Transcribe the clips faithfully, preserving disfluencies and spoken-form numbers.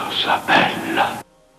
cosa bella.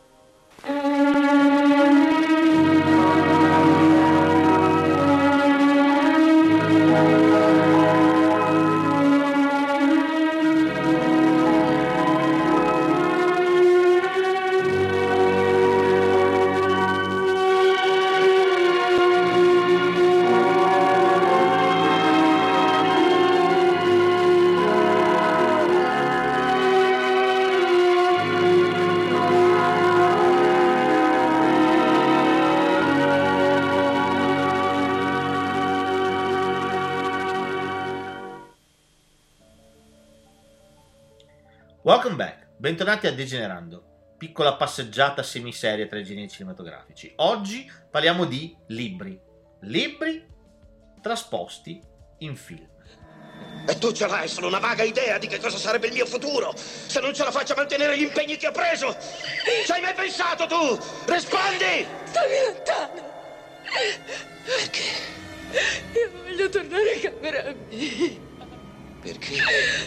Welcome back, bentornati a Degenerando, piccola passeggiata semiseria tra i generi cinematografici. Oggi parliamo di libri, libri trasposti in film. E tu ce l'hai solo una vaga idea di che cosa sarebbe il mio futuro se non ce la faccio a mantenere gli impegni che ho preso? Ci hai mai pensato tu? Rispondi! Stammi lontano! Perché? Io voglio tornare in camera mia. Perché?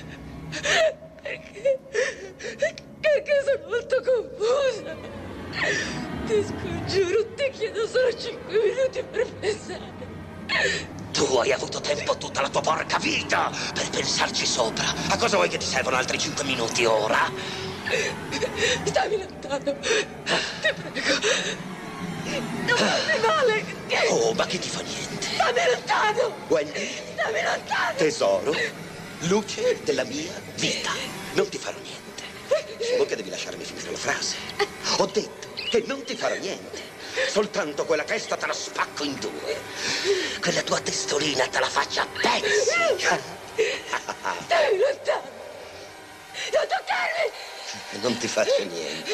Perché? Perché sono molto confusa. Ti scongiuro, ti chiedo solo cinque minuti per pensare. Tu hai avuto tempo tutta la tua porca vita per pensarci sopra. A cosa vuoi che ti servono altri cinque minuti ora? Stammi lontano. Ti prego. Non farmi male. Oh, ma che ti fa niente? Stammi lontano. Wendy? Stammi lontano. Tesoro? Luce della mia vita. Non ti farò niente. Solo che devi lasciarmi finire la frase. Ho detto che non ti farò niente. Soltanto quella testa te la spacco in due. Quella tua testolina te la faccio a pezzi. Stammi lontano. Non toccarmi. Non ti faccio niente.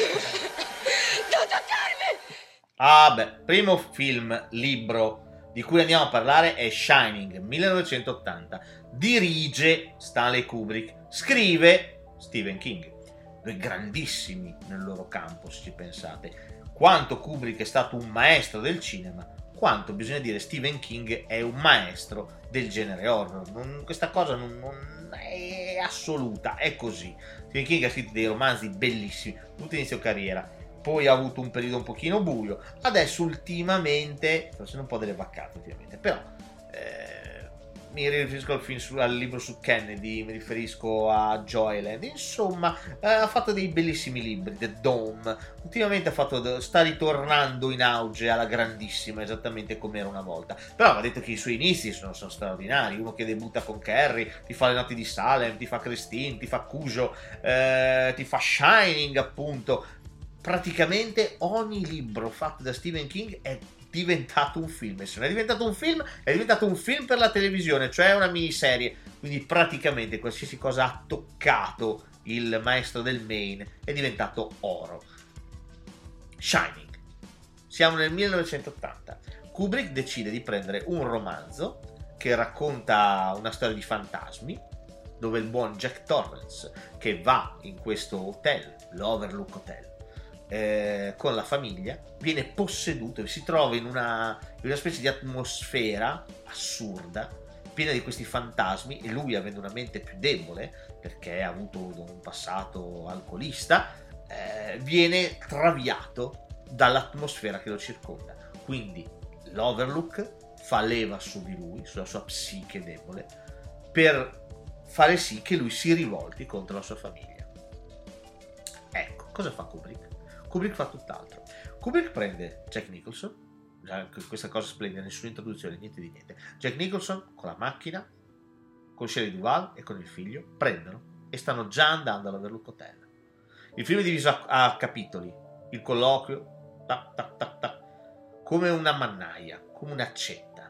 Non toccarmi. Ah beh, primo film, libro di cui andiamo a parlare è Shining, millenovecentottanta. Dirige Stanley Kubrick, scrive Stephen King. Due grandissimi nel loro campo, se ci pensate. Quanto Kubrick è stato un maestro del cinema, quanto bisogna dire Stephen King è un maestro del genere horror. Non, questa cosa non, non è assoluta, è così. Stephen King ha scritto dei romanzi bellissimi, tutto inizio carriera. Poi ha avuto un periodo un pochino buio, adesso ultimamente sta facendo un po' delle vaccate ultimamente, però eh, mi riferisco al, film su, al libro su Kennedy, mi riferisco a Joyland, insomma eh, ha fatto dei bellissimi libri. The Dome ultimamente ha fatto, sta ritornando in auge alla grandissima, esattamente come era una volta, però va detto che i suoi inizi sono, sono straordinari. Uno che debutta con Carrie, ti fa Le notti di Salem, ti fa Christine, ti fa Cujo, eh, ti fa Shining appunto. Praticamente ogni libro fatto da Stephen King è diventato un film, e se non è diventato un film è diventato un film per la televisione, cioè una miniserie. Quindi praticamente qualsiasi cosa ha toccato il maestro del Maine è diventato oro. Shining, siamo nel millenovecentottanta. Kubrick decide di prendere un romanzo che racconta una storia di fantasmi, dove il buon Jack Torrance, che va in questo hotel, l'Overlook Hotel, Eh, con la famiglia, viene posseduto, si trova in una, in una specie di atmosfera assurda, piena di questi fantasmi, e lui, avendo una mente più debole perché ha avuto un passato alcolista, eh, viene traviato dall'atmosfera che lo circonda. Quindi l'Overlook fa leva su di lui, sulla sua psiche debole, per fare sì che lui si rivolti contro la sua famiglia. Ecco, cosa fa Kubrick? Kubrick fa tutt'altro. Kubrick prende Jack Nicholson, questa cosa splendida, nessuna introduzione, niente di niente. Jack Nicholson con la macchina, con Shelley Duvall e con il figlio, prendono e stanno già andando all'Overlook Hotel. Il film è diviso a, a capitoli, il colloquio, ta, ta, ta, ta, come una mannaia, come un'accetta.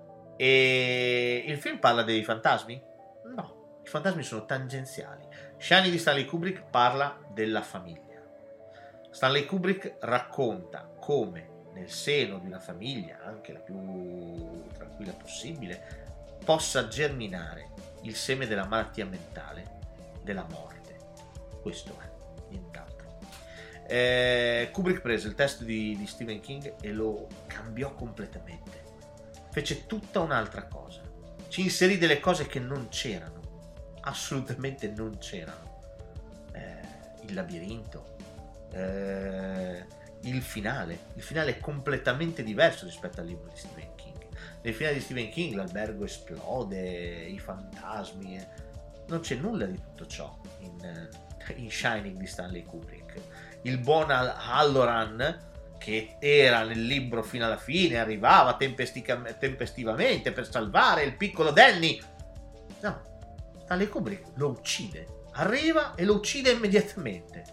E il film parla dei fantasmi? No, i fantasmi sono tangenziali. Shining di Stanley Kubrick parla della famiglia. Stanley Kubrick racconta come nel seno di una famiglia, anche la più tranquilla possibile, possa germinare il seme della malattia mentale, della morte. Questo è, nient'altro. Eh, Kubrick prese il testo di, di Stephen King e lo cambiò completamente. Fece tutta un'altra cosa. Ci inserì delle cose che non c'erano, assolutamente non c'erano. Eh, il labirinto, eh, il finale. Il finale è completamente diverso rispetto al libro di Stephen King. Nel finale di Stephen King l'albergo esplode, i fantasmi, eh. non c'è nulla di tutto ciò in, in Shining di Stanley Kubrick. Il buon Halloran, che era nel libro fino alla fine, arrivava tempestica- tempestivamente per salvare il piccolo Danny. No, Stanley Kubrick lo uccide, arriva e lo uccide immediatamente.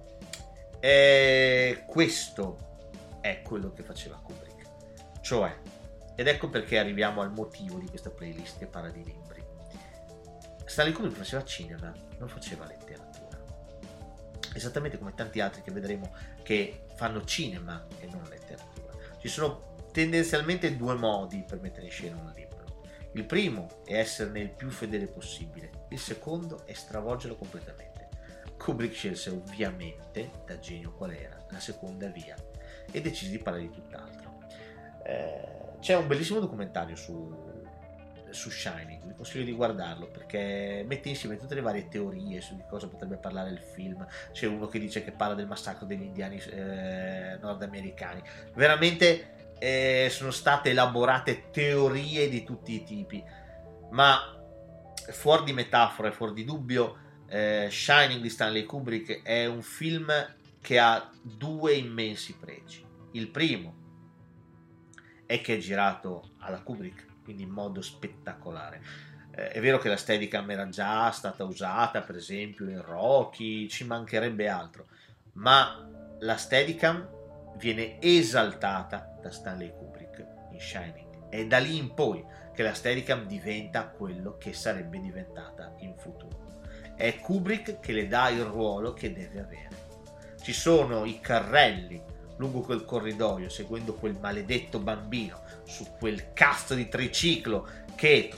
E questo è quello che faceva Kubrick, cioè, ed ecco perché arriviamo al motivo di questa playlist che parla di libri. Stanley Kubrick faceva cinema, non faceva letteratura, esattamente come tanti altri che vedremo che fanno cinema e non letteratura. Ci sono tendenzialmente due modi per mettere in scena un libro. Il primo è esserne il più fedele possibile, il secondo è stravolgerlo completamente. Kubrick scelse ovviamente, da genio qual era, la seconda via e decise di parlare di tutt'altro. Eh, c'è un bellissimo documentario su, su Shining, vi consiglio di guardarlo perché mette insieme tutte le varie teorie su di cosa potrebbe parlare il film. C'è uno che dice che parla del massacro degli indiani eh, nordamericani. Veramente eh, sono state elaborate teorie di tutti i tipi, ma fuori di metafora e fuori di dubbio, eh, Shining di Stanley Kubrick è un film che ha due immensi pregi. Il primo è che è girato alla Kubrick, quindi in modo spettacolare. Eh, è vero che la Steadicam era già stata usata, per esempio, in Rocky, ci mancherebbe altro, ma la Steadicam viene esaltata da Stanley Kubrick in Shining. È da lì in poi che la Steadicam diventa quello che sarebbe diventata in futuro. È Kubrick che le dà il ruolo che deve avere. Ci sono i carrelli lungo quel corridoio, seguendo quel maledetto bambino su quel cazzo di triciclo che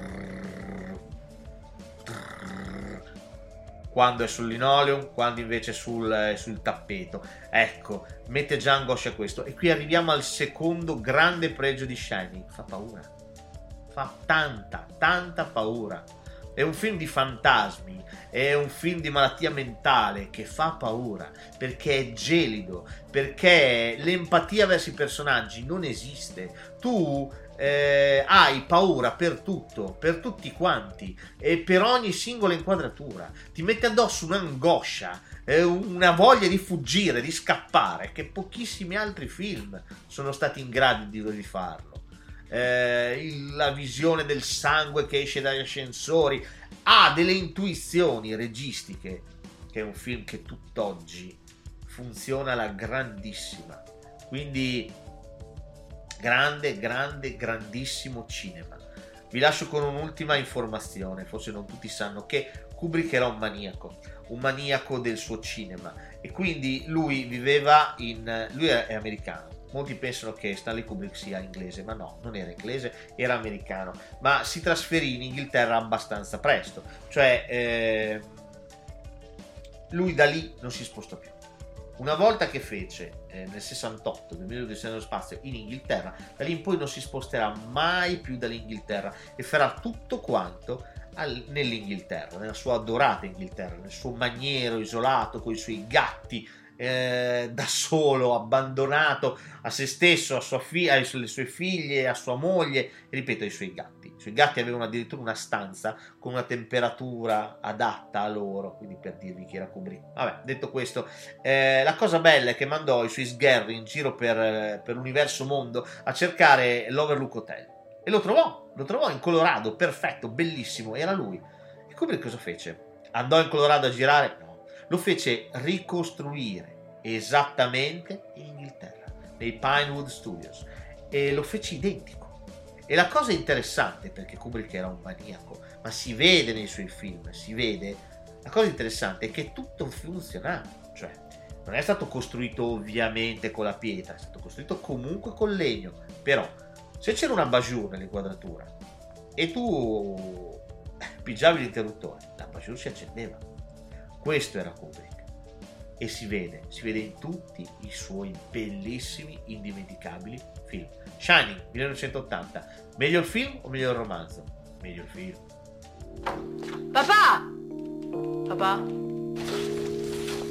quando è sul linoleum, quando invece è sul, sul tappeto. Ecco, mette già angoscia questo. E qui arriviamo al secondo grande pregio di Shining: fa paura, fa tanta, tanta paura. È un film di fantasmi, è un film di malattia mentale che fa paura, perché è gelido, perché l'empatia verso i personaggi non esiste. Tu eh, hai paura per tutto, per tutti quanti, e per ogni singola inquadratura. Ti mette addosso un'angoscia, eh, una voglia di fuggire, di scappare, che pochissimi altri film sono stati in grado di, di farlo. Eh, la visione del sangue che esce dagli ascensori, ha delle intuizioni registiche, che è un film che tutt'oggi funziona alla grandissima. Quindi grande, grande, grandissimo cinema. Vi lascio con un'ultima informazione, forse non tutti sanno che Kubrick era un maniaco, un maniaco del suo cinema, e quindi lui viveva in... lui è americano. Molti pensano che Stanley Kubrick sia inglese, ma no, non era inglese, era americano, ma si trasferì in Inghilterra abbastanza presto, cioè eh, lui da lì non si spostò più. Una volta che fece eh, nel sessantotto il duemila nello spazio in Inghilterra, da lì in poi non si sposterà mai più dall'Inghilterra e farà tutto quanto al, nell'Inghilterra, nella sua adorata Inghilterra, nel suo maniero isolato con i suoi gatti, Eh, da solo, abbandonato a se stesso, a sua fi- alle sue figlie, a sua moglie, e ripeto, ai suoi gatti. I suoi gatti avevano addirittura una stanza con una temperatura adatta a loro, quindi per dirvi chi era Kubrick. Vabbè, detto questo, eh, la cosa bella è che mandò i suoi sgherri in giro per, per l'universo mondo a cercare l'Overlook Hotel, e lo trovò, lo trovò in Colorado, perfetto, bellissimo, era lui. E Kubrick cosa fece? Andò in Colorado a girare? No. Lo fece ricostruire esattamente in Inghilterra, nei Pinewood Studios, e lo fece identico. E la cosa interessante, perché Kubrick era un maniaco, ma si vede nei suoi film, si vede, la cosa interessante è che tutto funzionava, cioè non è stato costruito ovviamente con la pietra, è stato costruito comunque con legno, però se c'era una bajour nell'inquadratura e tu pigiavi l'interruttore, la bajour si accendeva. Questo era Kubrick, e si vede, si vede in tutti i suoi bellissimi, indimenticabili film. Shining, millenovecentottanta, meglio il film o meglio il romanzo? Meglio il film. Papà! Papà?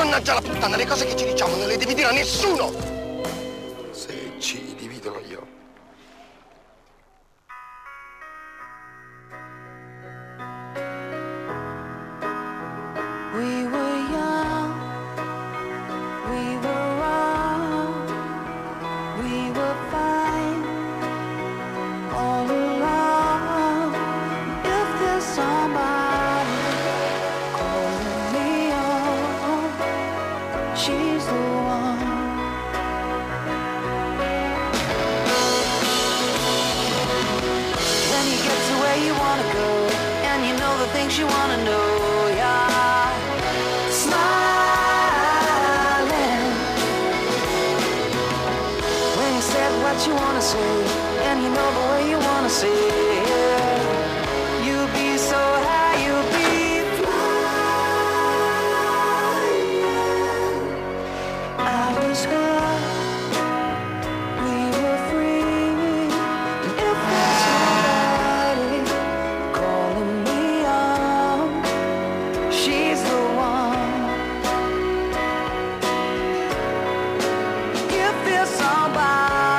Mannaggia la puttana, le cose che ci diciamo non le devi dire a nessuno! Se ci dividono io. We were young, we were wrong, we were fine all along. If there's somebody calling me on, she's the one. When you get to where you wanna go, and you know the things you wanna know, yeah. What you wanna say, and you know the way you wanna say it. You'll be so high, you'll be flying. I was hurt, we were free. And if there's somebody calling me on, she's the one. If there's somebody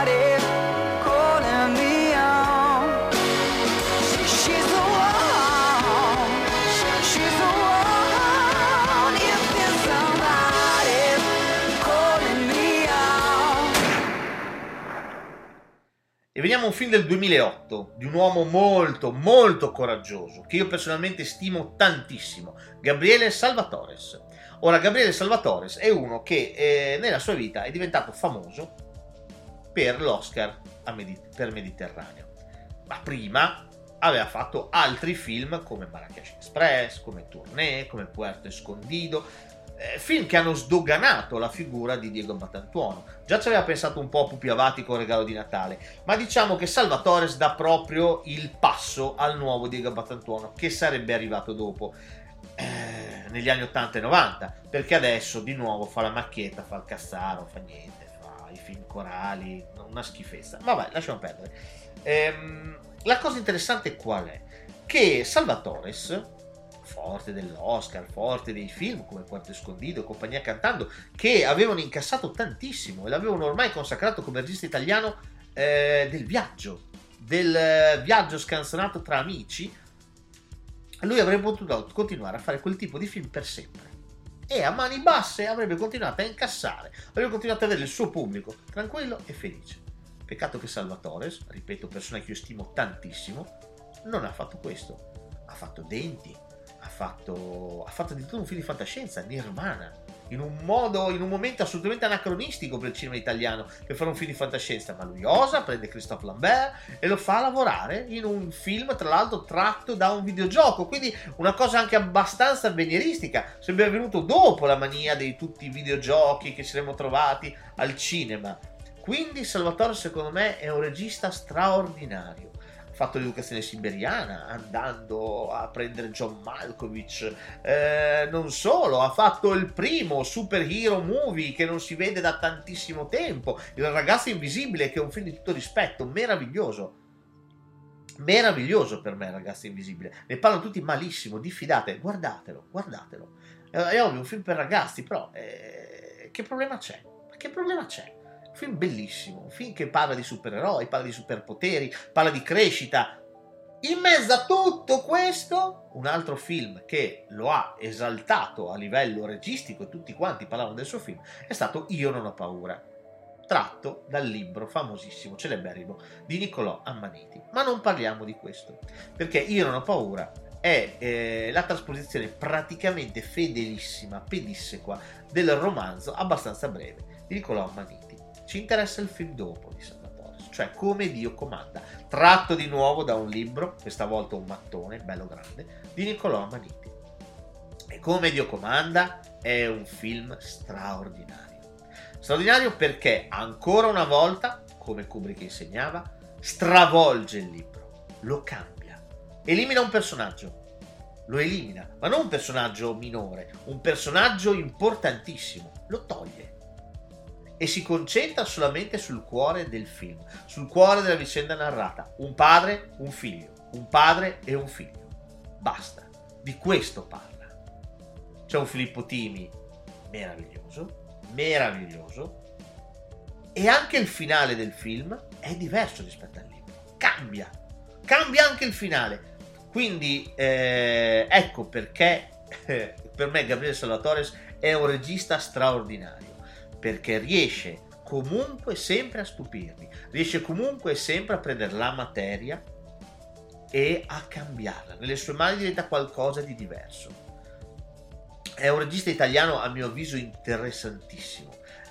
E veniamo a un film del duemilaotto di un uomo molto molto coraggioso che io personalmente stimo tantissimo, Gabriele Salvatores. Ora, Gabriele Salvatores è uno che eh, nella sua vita è diventato famoso per l'Oscar a Medi- per Mediterraneo, ma prima aveva fatto altri film come Marrakech Express, come Tournée, come Puerto Escondido, eh, film che hanno sdoganato la figura di Diego Battantuono. Già ci aveva pensato un po' Pupi Avati con Regalo di Natale, ma diciamo che Salvatores dà proprio il passo al nuovo Diego Battantuono che sarebbe arrivato dopo, eh, negli anni ottanta e novanta, perché adesso di nuovo fa la macchietta, fa il cazzaro, fa niente, fa i film corali, una schifezza. Vabbè, lasciamo perdere. Ehm, la cosa interessante qual è? Che Salvatores, forte dell'Oscar, forte dei film come Puerto Escondido e compagnia cantando, che avevano incassato tantissimo e l'avevano ormai consacrato come regista italiano eh, del viaggio, del viaggio scanzonato tra amici, lui avrebbe potuto continuare a fare quel tipo di film per sempre e a mani basse avrebbe continuato a incassare, avrebbe continuato ad avere il suo pubblico tranquillo e felice. Peccato che Salvatores, ripeto, persona che io stimo tantissimo, non ha fatto questo. Ha fatto Denti, ha fatto, ha fatto addirittura un film di fantascienza, Nirvana, in un modo, in un momento assolutamente anacronistico per il cinema italiano, per fare un film di fantascienza, ma lui osa, prende Christophe Lambert e lo fa lavorare in un film, tra l'altro tratto da un videogioco, quindi una cosa anche abbastanza avveniristica, sarebbe avvenuto dopo la mania di tutti i videogiochi che ci saremmo trovati al cinema. Quindi Salvatore secondo me è un regista straordinario. Ha fatto l'educazione siberiana andando a prendere John Malkovich, eh, non solo, ha fatto il primo superhero movie che non si vede da tantissimo tempo, Il ragazzo invisibile, che è un film di tutto rispetto, meraviglioso meraviglioso per me, Il ragazzo invisibile. Ne parlano tutti malissimo, diffidate, guardatelo, guardatelo, è, è ovvio, un film per ragazzi, però eh, che problema c'è? Che problema c'è? Un film bellissimo, un film che parla di supereroi, parla di superpoteri, parla di crescita. In mezzo a tutto questo, un altro film che lo ha esaltato a livello registico e tutti quanti parlavano del suo film è stato Io non ho paura, tratto dal libro famosissimo, celeberrimo di Niccolò Ammaniti. Ma non parliamo di questo, perché Io non ho paura è eh, la trasposizione praticamente fedelissima, pedissequa del romanzo abbastanza breve di Niccolò Ammaniti. Ci interessa il film dopo di Salvatore, cioè Come Dio comanda, tratto di nuovo da un libro, questa volta un mattone bello grande, di Niccolò Ammaniti. E Come Dio comanda è un film straordinario. Straordinario perché ancora una volta, come Kubrick insegnava, stravolge il libro, lo cambia, elimina un personaggio, lo elimina, ma non un personaggio minore, un personaggio importantissimo, lo toglie e si concentra solamente sul cuore del film, sul cuore della vicenda narrata, un padre, un figlio, un padre e un figlio, basta, di questo parla. C'è un Filippo Timi meraviglioso, meraviglioso, e anche il finale del film è diverso rispetto al libro, cambia, cambia anche il finale. Quindi eh, ecco perché eh, per me Gabriele Salvatore è un regista straordinario, perché riesce comunque sempre a stupirmi, riesce comunque sempre a prendere la materia e a cambiarla, nelle sue mani diventa qualcosa di diverso. È un regista italiano a mio avviso interessantissimo,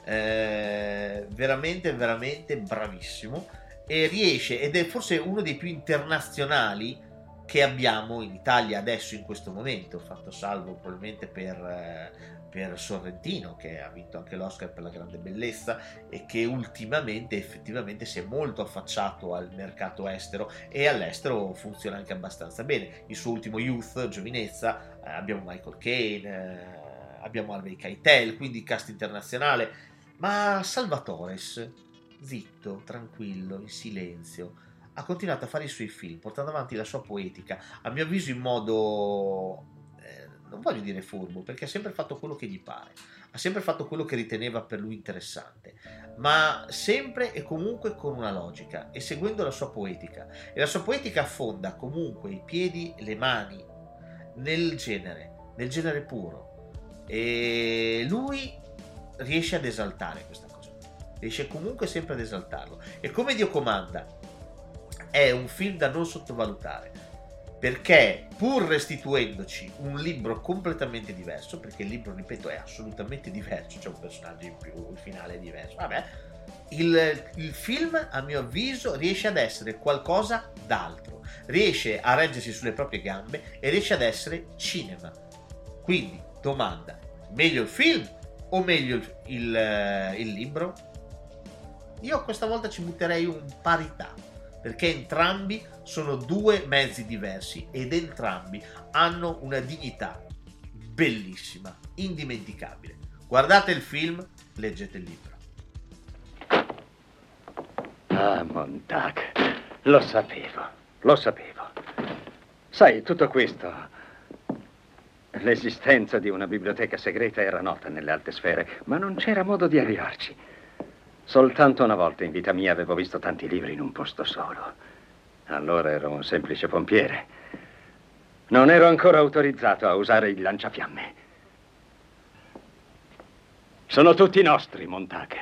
eh, veramente veramente bravissimo, e riesce, ed è forse uno dei più internazionali che abbiamo in Italia adesso in questo momento, fatto salvo probabilmente per, eh, per Sorrentino, che ha vinto anche l'Oscar per La grande bellezza e che ultimamente effettivamente si è molto affacciato al mercato estero, e all'estero funziona anche abbastanza bene. Il suo ultimo Youth, Giovinezza, eh, abbiamo Michael Caine, eh, abbiamo Harvey Keitel, quindi cast internazionale, ma Salvatore, zitto, tranquillo, in silenzio, ha continuato a fare i suoi film, portando avanti la sua poetica, a mio avviso in modo, eh, non voglio dire furbo, perché ha sempre fatto quello che gli pare, ha sempre fatto quello che riteneva per lui interessante, ma sempre e comunque con una logica e seguendo la sua poetica. E la sua poetica affonda comunque i piedi e le mani nel genere, nel genere puro, e lui riesce ad esaltare questa cosa, riesce comunque sempre ad esaltarlo, e come Dio comanda è un film da non sottovalutare, perché pur restituendoci un libro completamente diverso, perché il libro, ripeto, è assolutamente diverso, c'è un personaggio in più, il finale è diverso, vabbè, il, il film a mio avviso riesce ad essere qualcosa d'altro, riesce a reggersi sulle proprie gambe e riesce ad essere cinema. Quindi domanda: meglio il film o meglio il, il, il libro? Io questa volta ci butterei un parità, perché entrambi sono due mezzi diversi ed entrambi hanno una dignità bellissima, indimenticabile. Guardate il film, leggete il libro. Ah, Montag, lo sapevo, lo sapevo. Sai, tutto questo, l'esistenza di una biblioteca segreta era nota nelle alte sfere, ma non c'era modo di arrivarci. Soltanto una volta in vita mia avevo visto tanti libri in un posto solo. Allora ero un semplice pompiere. Non ero ancora autorizzato a usare il lanciafiamme. Sono tutti nostri, Montag.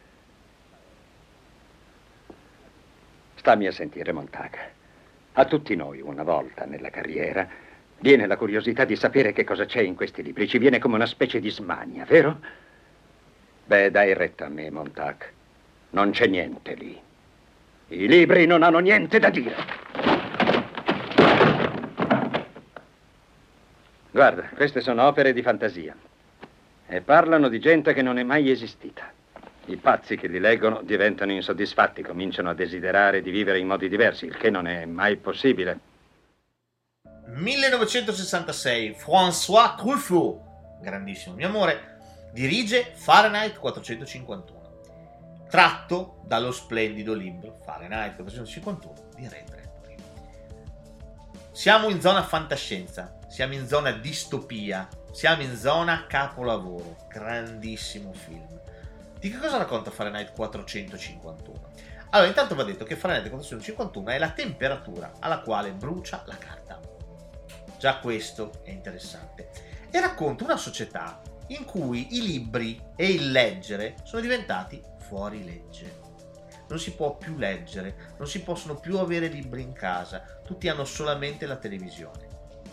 Stammi a sentire, Montag. A tutti noi, una volta nella carriera, viene la curiosità di sapere che cosa c'è in questi libri. Ci viene come una specie di smania, vero? Beh, dai retta a me, Montag. Non c'è niente lì. I libri non hanno niente da dire. Guarda, queste sono opere di fantasia e parlano di gente che non è mai esistita. I pazzi che li leggono diventano insoddisfatti, cominciano a desiderare di vivere in modi diversi, il che non è mai possibile. millenovecentosessantasei, François Truffaut, grandissimo mio amore, dirige Fahrenheit quattrocentocinquantuno, tratto dallo splendido libro Fahrenheit quattrocentocinquantuno di Ray Bradbury. Siamo in zona fantascienza, siamo in zona distopia, siamo in zona capolavoro, grandissimo film. Di che cosa racconta Fahrenheit quattrocentocinquantuno? Allora, intanto va detto che Fahrenheit quattrocentocinquantuno è la temperatura alla quale brucia la carta. Già questo è interessante. E racconta una società in cui i libri e il leggere sono diventati fuori legge. Non si può più leggere, non si possono più avere libri in casa, tutti hanno solamente la televisione.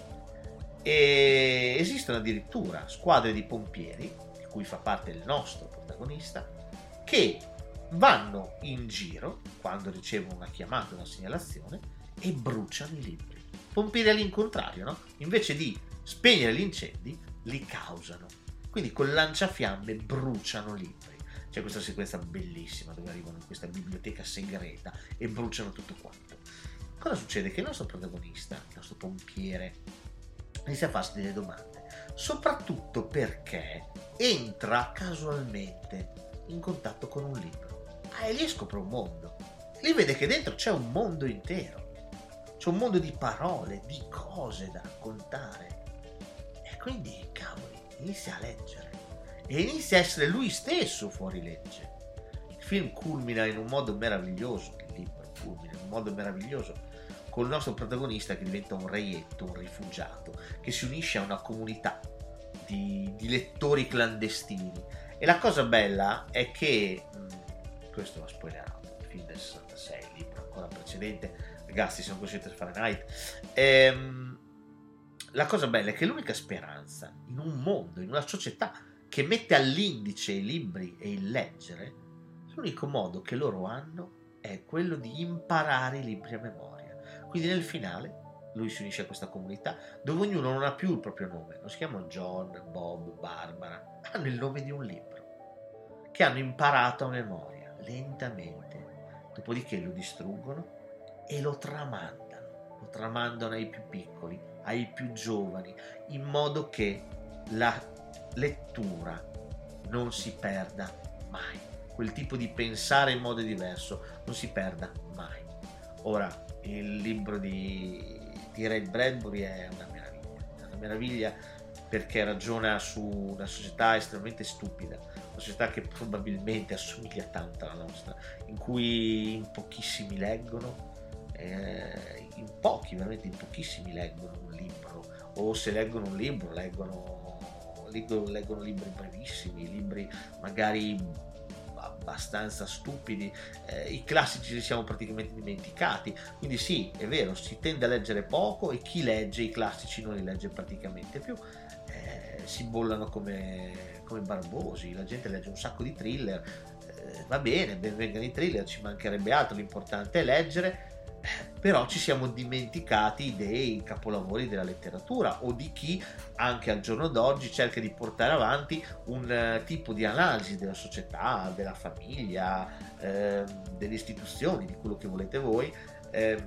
E esistono addirittura squadre di pompieri, di cui fa parte il nostro protagonista, che vanno in giro quando ricevono una chiamata, una segnalazione, e bruciano i libri. Pompieri all'incontrario, no? Invece di spegnere gli incendi, li causano. Quindi col lanciafiamme bruciano libri. C'è questa sequenza bellissima dove arrivano in questa biblioteca segreta e bruciano tutto quanto. Cosa succede? Che il nostro protagonista, il nostro pompiere, inizia a farsi delle domande, soprattutto perché entra casualmente in contatto con un libro. Ah, e lì scopre un mondo. Lì vede che dentro c'è un mondo intero. C'è un mondo di parole, di cose da raccontare. E quindi, cavoli, inizia a leggere. e inizia a essere lui stesso fuori legge. Il film culmina in un modo meraviglioso, il libro culmina in un modo meraviglioso, con il nostro protagonista che diventa un reietto, un rifugiato, che si unisce a una comunità di, di lettori clandestini. E la cosa bella è che, mh, questo l'ho spoilerato, il film del sessantasei, il libro ancora precedente, ragazzi sono coscienti di Fahrenheit, ehm, la cosa bella è che l'unica speranza in un mondo, in una società che mette all'indice i libri e il leggere, l'unico modo che loro hanno è quello di imparare i libri a memoria. Quindi nel finale lui si unisce a questa comunità dove ognuno non ha più il proprio nome, non si chiamano John, Bob, Barbara, hanno il nome di un libro che hanno imparato a memoria lentamente, dopodiché lo distruggono e lo tramandano, lo tramandano ai più piccoli, ai più giovani, in modo che la lettura non si perda mai, quel tipo di pensare in modo diverso non si perda mai. Ora, il libro di, di Ray Bradbury è una meraviglia, è una meraviglia perché ragiona su una società estremamente stupida, una società che probabilmente assomiglia tanto alla nostra, in cui in pochissimi leggono, eh, in pochi, veramente in pochissimi leggono un libro, o se leggono un libro leggono, leggono, leggono libri brevissimi, libri magari abbastanza stupidi, eh, i classici li siamo praticamente dimenticati, quindi sì, è vero, si tende a leggere poco e chi legge i classici non li legge praticamente più, eh, si bollano come, come barbosi, la gente legge un sacco di thriller, eh, va bene, ben vengano i thriller, ci mancherebbe altro, l'importante è leggere, però ci siamo dimenticati dei capolavori della letteratura o di chi anche al giorno d'oggi cerca di portare avanti un uh, tipo di analisi della società, della famiglia, eh, delle istituzioni, di quello che volete voi, eh,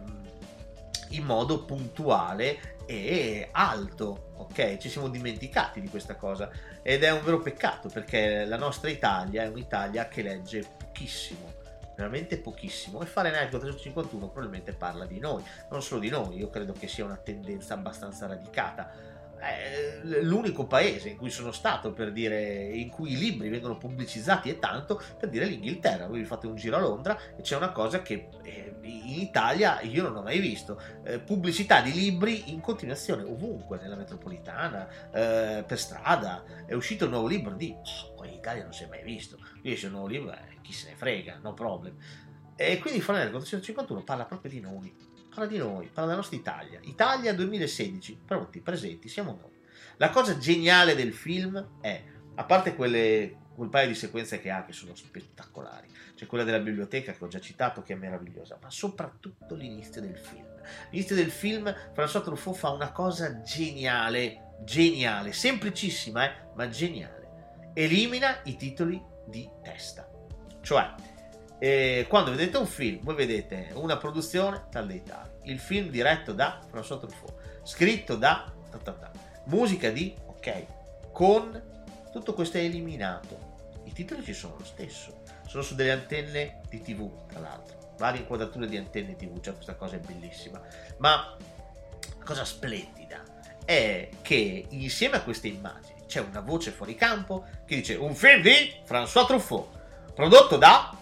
in modo puntuale e alto, ok? Ci siamo dimenticati di questa cosa ed è un vero peccato, perché la nostra Italia è un'Italia che legge pochissimo, veramente pochissimo, e Fahrenheit quattrocentocinquantuno probabilmente parla di noi, non solo di noi, io credo che sia una tendenza abbastanza radicata. È l'unico paese in cui sono stato, per dire, in cui i libri vengono pubblicizzati e tanto, per dire l'Inghilterra. Voi vi fate un giro a Londra e c'è una cosa che eh, in Italia io non ho mai visto, eh, pubblicità di libri in continuazione ovunque, nella metropolitana, eh, per strada, è uscito un nuovo libro di oh, in Italia non si è mai visto, qui esce un nuovo libro, eh, chi se ne frega, no problem. E quindi Fahrenheit quattrocentocinquantuno parla proprio di noi, parla di noi, parla della nostra Italia, Italia duemilasedici, pronti, presenti, siamo noi. La cosa geniale del film è, a parte quelle, quel paio di sequenze che ha che sono spettacolari, c'è quella della biblioteca che ho già citato che è meravigliosa, ma soprattutto l'inizio del film. L'inizio del film, François Truffaut fa una cosa geniale, geniale, semplicissima, eh, ma geniale. Elimina i titoli di testa, cioè e quando vedete un film, voi vedete una produzione tal dei tali, il film diretto da François Truffaut, scritto da ta ta ta, musica di ok, con tutto questo è eliminato, i titoli ci sono lo stesso, sono su delle antenne di tv, tra l'altro, varie inquadrature di antenne tv, cioè questa cosa è bellissima, ma la cosa splendida è che insieme a queste immagini c'è una voce fuori campo che dice un film di François Truffaut prodotto da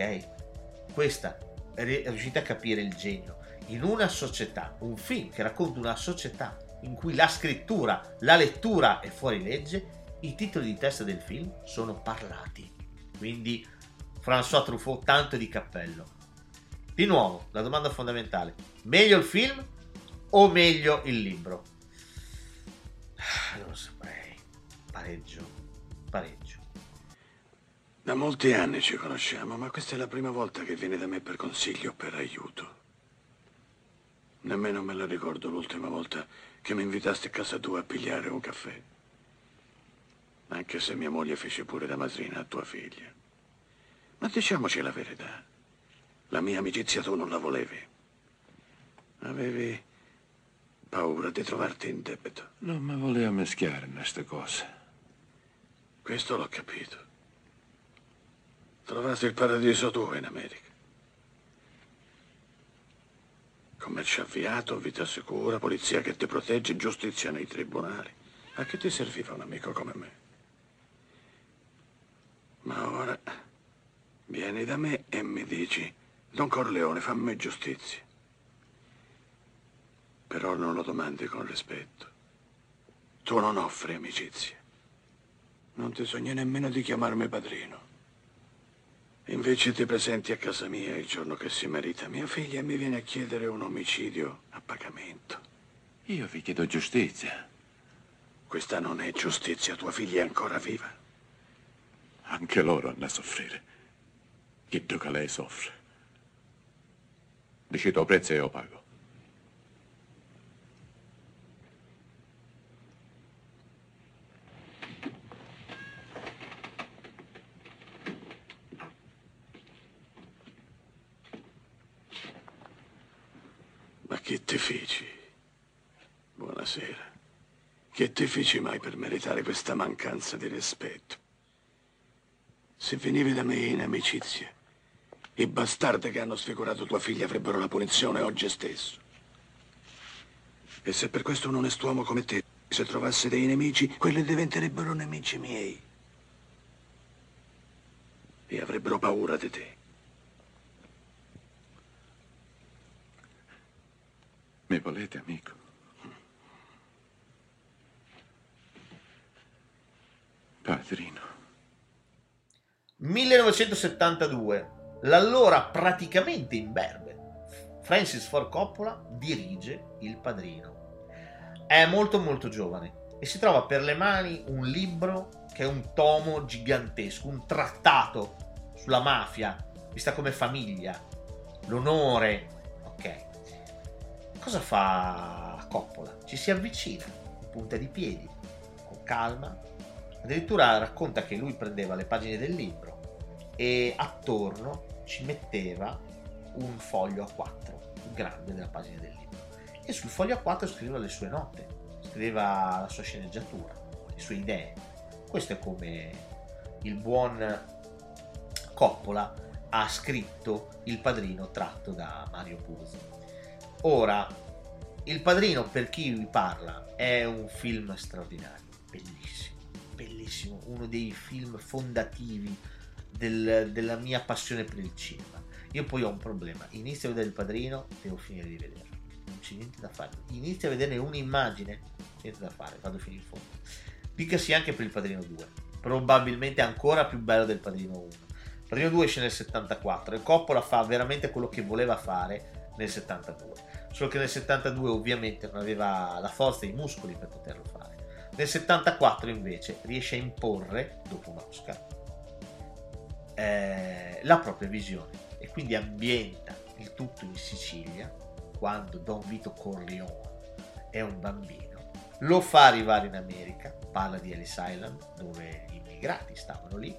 ok, questa riuscite a capire il genio in una società, un film che racconta una società in cui la scrittura, la lettura è fuori legge, i titoli di testa del film sono parlati, quindi François Truffaut tanto di cappello. Di nuovo la domanda fondamentale: meglio il film o meglio il libro? Non lo saprei, pareggio, pareggio. Da molti anni ci conosciamo, ma questa è la prima volta che vieni da me per consiglio o per aiuto. Nemmeno me la ricordo l'ultima volta che mi invitasti a casa tua a pigliare un caffè. Anche se mia moglie fece pure da madrina a tua figlia. Ma diciamoci la verità. La mia amicizia tu non la volevi. Avevi paura di trovarti in debito. Non mi voleva meschiare in queste cose. Questo l'ho capito. Trovasti il paradiso tuo in America. Commercio avviato, vita sicura, polizia che ti protegge, giustizia nei tribunali. A che ti serviva un amico come me? Vieni da me e mi dici: Don Corleone, fammi giustizia. Però non lo domandi con rispetto. Tu non offri amicizia. Non ti sogni nemmeno di chiamarmi padrino. Invece ti presenti a casa mia il giorno che si merita mia figlia e mi viene a chiedere un omicidio a pagamento. Io vi chiedo giustizia. Questa non è giustizia, tua figlia è ancora viva. Anche loro hanno a soffrire. Chi tocca lei soffre. Dici tuo prezzo e io pago. Ma che ti feci? Buonasera. Che ti feci mai per meritare questa mancanza di rispetto? Se venivi da me in amicizia, i bastardi che hanno sfigurato tua figlia avrebbero la punizione oggi stesso. E se per questo un onest'uomo come te, se trovasse dei nemici, quelli diventerebbero nemici miei. E avrebbero paura di te. Mi volete, amico? Padrino. millenovecentosettantadue, l'allora praticamente imberbe Francis Ford Coppola dirige Il Padrino. È molto molto giovane e si trova per le mani un libro che è un tomo gigantesco, un trattato sulla mafia, vista come famiglia, l'onore. Ok. Cosa fa Coppola? Ci si avvicina, in punta di piedi, con calma. Addirittura racconta che lui prendeva le pagine del libro e attorno ci metteva un foglio a quattro, più grande della pagina del libro. E sul foglio a quattro scriveva le sue note, scriveva la sua sceneggiatura, le sue idee. Questo è come il buon Coppola ha scritto Il Padrino tratto da Mario Puzo. Ora, Il Padrino, per chi vi parla, è un film straordinario, bellissimo, bellissimo, uno dei film fondativi del, della mia passione per il cinema. Io poi ho un problema, inizio a vedere Il Padrino, devo finire di vederlo, non c'è niente da fare, inizio a vederne un'immagine, niente da fare, vado fino in fondo. Dicasi anche per Il Padrino due, probabilmente ancora più bello del Padrino uno. Il Padrino due esce nel settantaquattro e Coppola fa veramente quello che voleva fare nel settantadue, solo che nel settantadue ovviamente non aveva la forza e i muscoli per poterlo fare. Nel settantaquattro invece riesce a imporre, dopo un Oscar, eh, la propria visione e quindi ambienta il tutto in Sicilia quando Don Vito Corleone è un bambino, lo fa arrivare in America, parla di Ellis Island dove gli immigrati stavano lì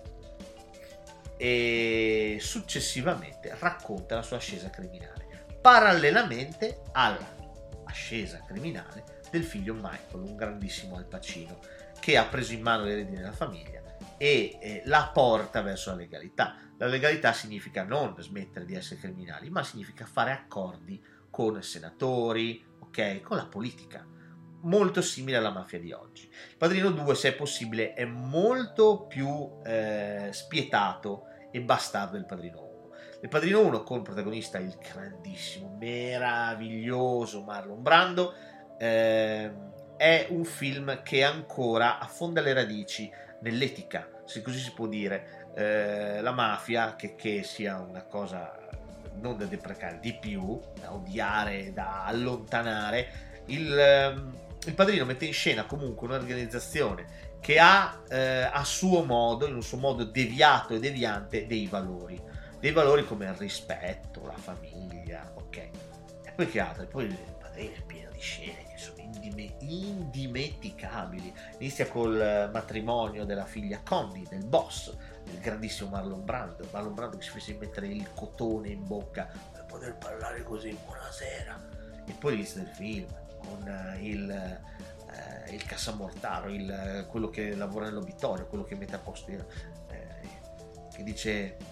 e successivamente racconta la sua ascesa criminale parallelamente all'ascesa criminale del figlio Michael, un grandissimo Al Pacino che ha preso in mano le redini della famiglia e eh, la porta verso la legalità. La legalità significa non smettere di essere criminali, ma significa fare accordi con senatori, ok, con la politica, molto simile alla mafia di oggi. Il Padrino due, se è possibile, è molto più eh, spietato e bastardo del Padrino uno. Il Padrino uno con protagonista il grandissimo, meraviglioso Marlon Brando, eh, è un film che ancora affonda le radici nell'etica, se così si può dire, eh, la mafia, che, che sia una cosa non da deprecare, di più, da odiare, da allontanare. Il, ehm, il Padrino mette in scena comunque un'organizzazione che ha eh, a suo modo, in un suo modo deviato e deviante, dei valori. Dei valori come il rispetto, la famiglia, ok. E poi che altro? E poi il Padrino è pieno di scene che sono indime- indimenticabili. Inizia col matrimonio della figlia Connie, del boss, del grandissimo Marlon Brando. Marlon Brando che si fece mettere il cotone in bocca per poter parlare così, buonasera. E poi l'inizio del film, con il, eh, il cassamortaro, il, quello che lavora nell'obitorio, quello che mette a posto, eh, che dice...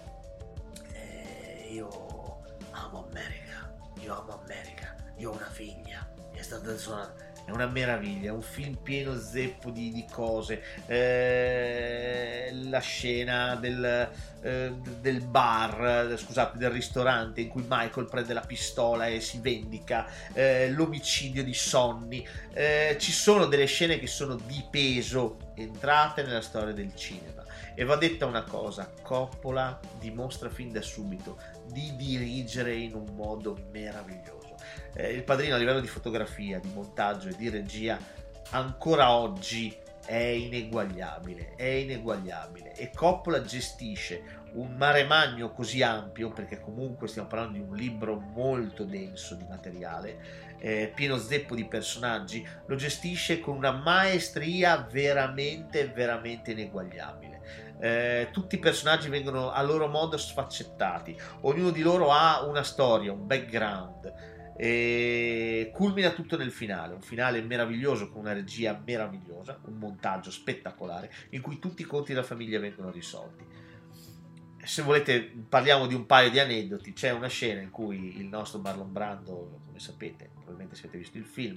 io amo America, io amo America, io ho una figlia, è stata suonata, è una meraviglia, è un film pieno zeppo di, di cose, eh, la scena del, eh, del bar, scusate, del ristorante in cui Michael prende la pistola e si vendica, eh, l'omicidio di Sonny, eh, ci sono delle scene che sono di peso entrate nella storia del cinema. E va detta una cosa, Coppola dimostra fin da subito di dirigere in un modo meraviglioso. Eh, il Padrino a livello di fotografia, di montaggio e di regia ancora oggi è ineguagliabile, è ineguagliabile, e Coppola gestisce un mare magno così ampio, perché comunque stiamo parlando di un libro molto denso di materiale, eh, pieno zeppo di personaggi, lo gestisce con una maestria veramente veramente ineguagliabile. Eh, tutti i personaggi vengono a loro modo sfaccettati, ognuno di loro ha una storia, un background, e culmina tutto nel finale, un finale meraviglioso con una regia meravigliosa, un montaggio spettacolare in cui tutti i conti della famiglia vengono risolti. Se volete parliamo di un paio di aneddoti. C'è una scena in cui il nostro Marlon Brando, come sapete, probabilmente se avete visto il film,